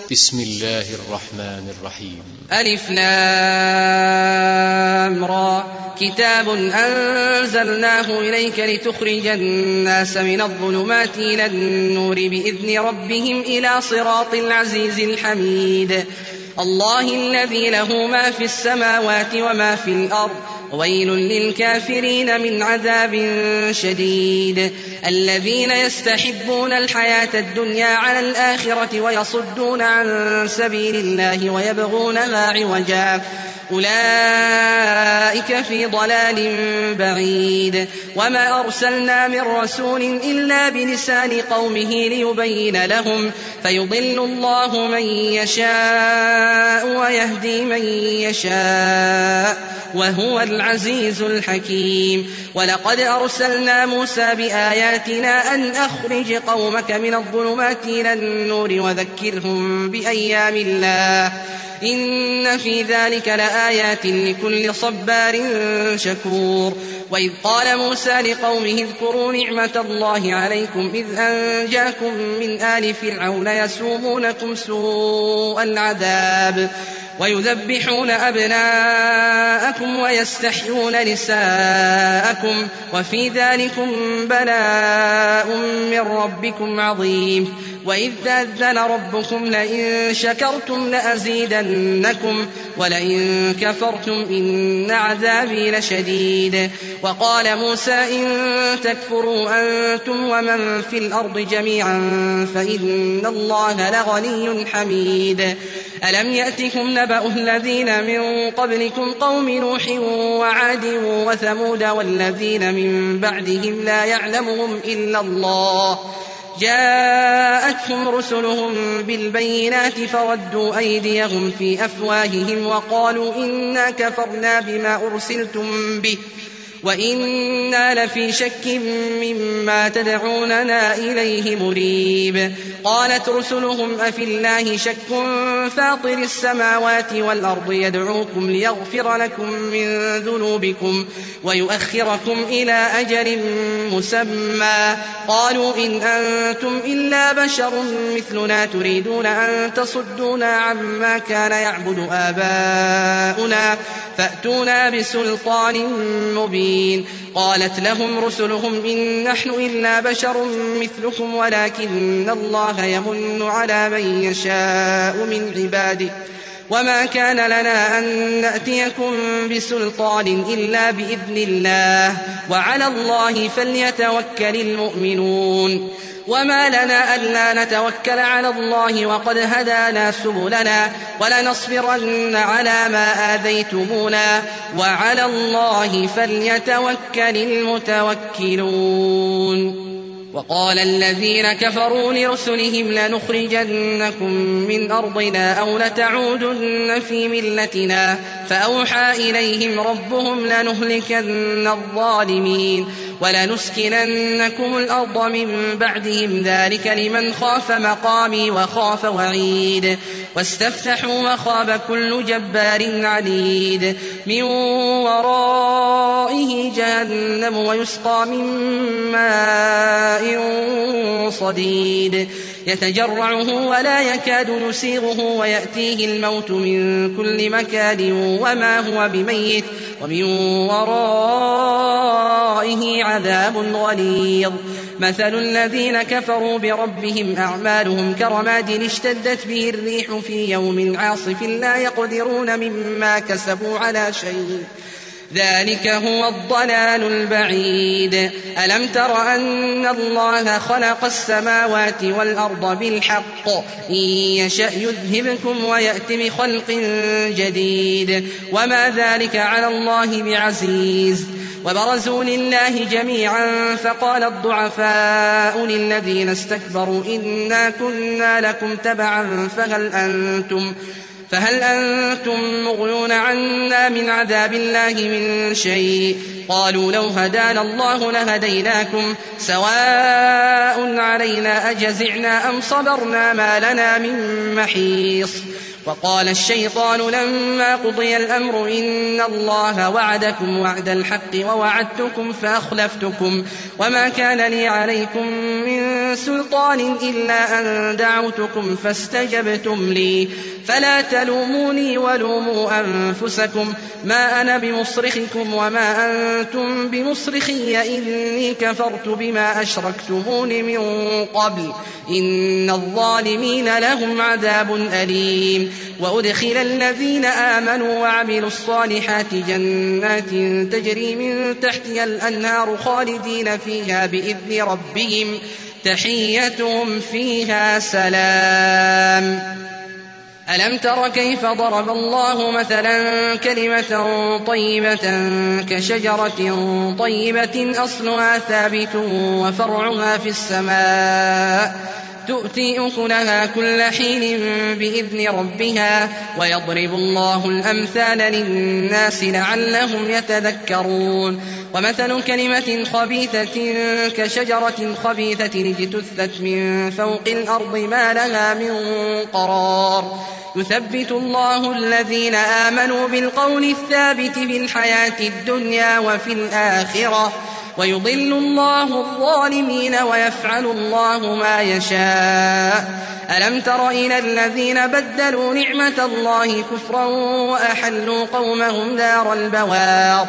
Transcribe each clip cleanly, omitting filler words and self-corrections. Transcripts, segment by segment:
بسم الله الرحمن الرحيم. ألف لام را كتاب أنزلناه إليك لتخرج الناس من الظلمات إلى النور بإذن ربهم إلى صراط العزيز الحميد الله الذي له ما في السماوات وما في الأرض ويل للكافرين من عذاب شديد الذين يستحبون الحياة الدنيا على الآخرة ويصدون عن سبيل الله ويبغونها عوجا أولئك في ضلال بعيد وما أرسلنا من رسول إلا بلسان قومه ليبين لهم فيضل الله من يشاء ويهدي من يشاء وهو العزيز الحكيم ولقد أرسلنا موسى بآياتنا أن أخرج قومك من الظلمات إلى النور وذكرهم بأيام الله إن في ذلك لآيات لكل صبار شكور وإذ قال موسى لقومه اذكروا نعمة الله عليكم إذ أنجاكم من آل فرعون يسومونكم سوء العذاب ويذبحون أبناءكم ويستحيون نساءكم وفي ذلكم بلاء من ربكم عظيم وإذ تأذن ربكم لئن شكرتم لأزيدنكم ولئن كفرتم إن عذابي لشديد وقال موسى إن تكفروا أنتم ومن في الأرض جميعا فإن الله لغني حميد ألم يأتكم نبأ الذين من قبلكم قوم نوح وعاد وثمود والذين من بعدهم لا يعلمهم إلا الله جاءتهم رسلهم بالبينات فردوا أيديهم في أفواههم وقالوا إنا كفرنا بما أرسلتم به وإنا لفي شك مما تدعوننا إليه مريب قالت رسلهم أفي الله شك فاطر السماوات والأرض يدعوكم ليغفر لكم من ذنوبكم ويؤخركم إلى أجل مسمى قالوا إن أنتم إلا بشر مثلنا تريدون أن تصدونا عما كان يعبد آباؤنا فأتونا بسلطان مبين قالت لهم رسلهم إن نحن إلا بشر مثلكم ولكن الله يمن على من يشاء من عباده وما كان لنا أن نأتيكم بسلطان إلا بإذن الله وعلى الله فليتوكل المؤمنون وما لنا ألا نتوكل على الله وقد هدانا سبلنا ولنصبرن على ما آذيتمونا وعلى الله فليتوكل المتوكلون وقال الذين كفروا لرسلهم لنخرجنكم من أرضنا أو لتعودن في ملتنا فأوحى إليهم ربهم لنهلكن الظالمين ولنسكننكم الأرض من بعدهم ذلك لمن خاف مقامي وخاف وعيد واستفتحوا وخاب كل جبار عنيد من ورائه جهنم ويسقى من ماء صديد يتجرعه ولا يكاد يسيغه ويأتيه الموت من كل مكان وما هو بميت ومن ورائه عذاب غليظ مثل الذين كفروا بربهم أعمالهم كرماد اشتدت به الريح في يوم عاصف لا يقدرون مما كسبوا على شيء ذلك هو الضلال البعيد ألم تر أن الله خلق السماوات والأرض بالحق إن يشأ يذهبكم ويأت بخلق جديد وما ذلك على الله بعزيز وبرزوا لله جميعا فقال الضعفاء فهل أنتم مغنون عنا من عذاب الله من شيء؟ قالوا لو هدانا الله لهديناكم سواء علينا أجزعنا أم صبرنا ما لنا من محيص. وقال الشيطان لما قضي الأمر إن الله وعدكم وعد الحق ووعدتكم فأخلفتكم وما كان لي عليكم من سلطان إلا أن دعوتكم فاستجبتم لي فلا تلوموني ولوموا أنفسكم ما أنا بمصرخكم وما أنتم بمصرخي إني كفرت بما أشركتمون من قبل إن الظالمين لهم عذاب أليم. وأدخل الذين آمنوا وعملوا الصالحات جنات تجري من تحتها الأنهار خالدين فيها بإذن ربهم تحيتهم فيها سلام. ألم تر كيف ضرب الله مثلا كلمة طيبة كشجرة طيبة أصلها ثابت وفرعها في السماء تؤتي أكلها كل حين بإذن ربها ويضرب الله الأمثال للناس لعلهم يتذكرون. ومثل كلمة خبيثة كشجرة خبيثة اجتثت من فوق الأرض ما لها من قرار يثبت الله الذين آمنوا بالقول الثابت في الحياة الدنيا وفي الآخرة ويضل الله الظالمين ويفعل الله ما يشاء. ألم تر إلى الذين بدلوا نعمة الله كفرا وأحلوا قومهم دار البوار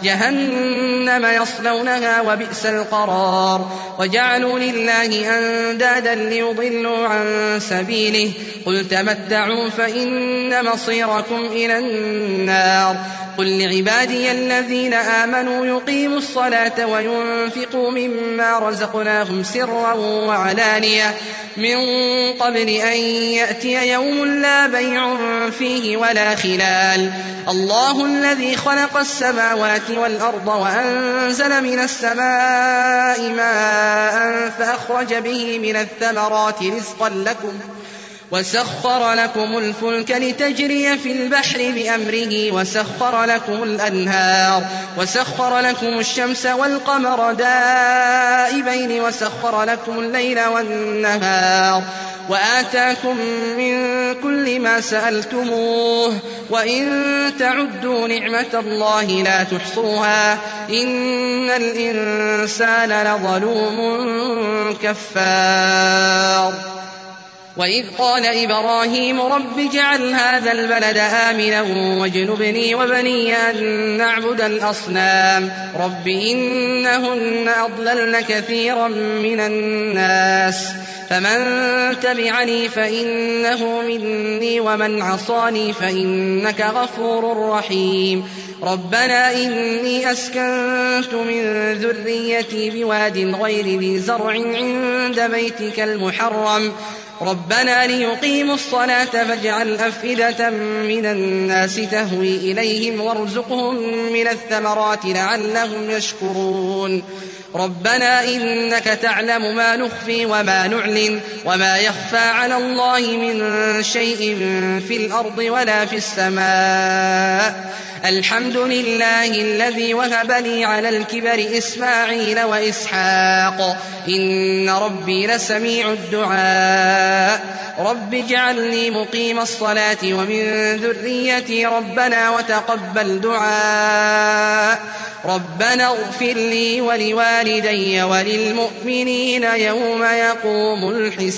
جهنم يصلونها وبئس القرار وجعلوا لله أندادا ليضلوا عن سبيله قل تمتعوا فإن مصيركم إلى النار. قل لعبادي الذين آمنوا يقيموا الصلاة وينفقوا مما رزقناهم سرا وعلانية من قبل أن يأتي يوم لا بيع فيه ولا خلال. الله الذي خلق السماوات والأرض وأنزل من السماء ماء فأخرج به من الثمرات رزقا لكم وسخر لكم الفلك لتجري في البحر بأمره وسخر لكم الأنهار وسخر لكم الشمس والقمر دائبين وسخر لكم الليل والنهار وآتاكم من كل ما سألتموه وإن تعدوا نعمة الله لا تحصوها إن الإنسان لظلوم كفار. وإذ قال إبراهيم رب اجعل هذا البلد آمنا واجنبني وبني أن نعبد الأصنام رب إنهن أضللن كثيرا من الناس فمن تبعني فإنه مني ومن عصاني فإنك غفور رحيم. ربنا إني أسكنت من ذريتي بواد غير ذي زرع عند بيتك المحرم ربنا ليقيموا الصلاة فاجعل أفئدة من الناس تهوي إليهم وارزقهم من الثمرات لعلهم يشكرون. ربنا إنك تعلم ما نخفي وما نعلن وما يخفى على الله من شيء في الأرض ولا في السماء. الحمد لله الذي وهب لي على الكبر إسماعيل وإسحاق إن ربي لسميع الدعاء. رب اجعلني مقيم الصلاة ومن ذريتي ربنا وتقبل دعاء. ربنا اغفر لي ولوالدي وللمؤمنين يوم يقوم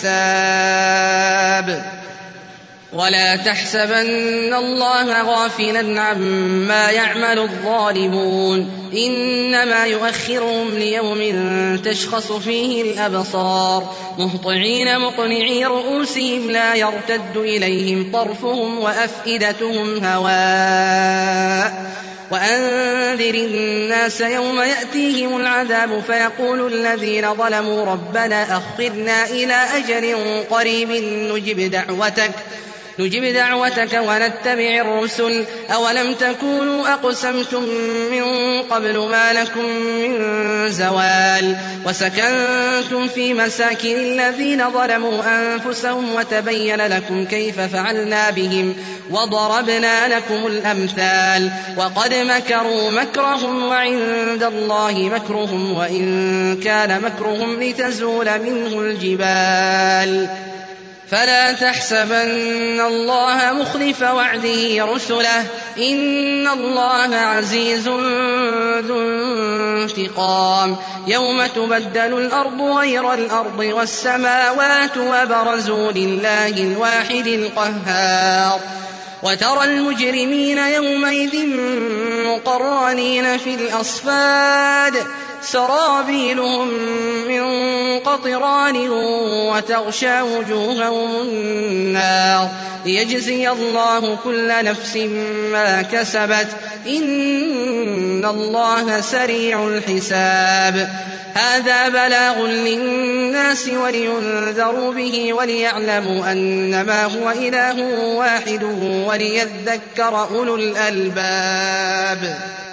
الحساب. ولا تحسبن الله غافلا عما يعمل الظالمون إنما يؤخرهم ليوم تشخص فيه الأبصار مهطعين مقنعي رؤوسهم لا يرتد إليهم طرفهم وأفئدتهم هواء. وأنذر الناس يوم يأتيهم العذاب فيقول الذين ظلموا ربنا أخرنا إلى أجل قريب نجب دعوتك ونتبع الرسل أولم تكونوا أقسمتم من قبل ما لكم من زوال وسكنتم في مساكن الذين ظلموا أنفسهم وتبين لكم كيف فعلنا بهم وضربنا لكم الأمثال وقد مكروا مكرهم وعند الله مكرهم وإن كان مكرهم لتزول منه الجبال فلا تحسبن الله مخلف وعده رسله إن الله عزيز ذو انتقام يوم تبدل الأرض غير الأرض والسماوات وبرزوا لله الواحد القهار وترى المجرمين يومئذ مقرنين في الأصفاد سرابيلهم من قطران وتغشى وجوههم النار ليجزي الله كل نفس ما كسبت إن الله سريع الحساب هذا بلاغ للناس ولينذروا به وليعلموا أنما هو إله واحد وليذكر أولو الألباب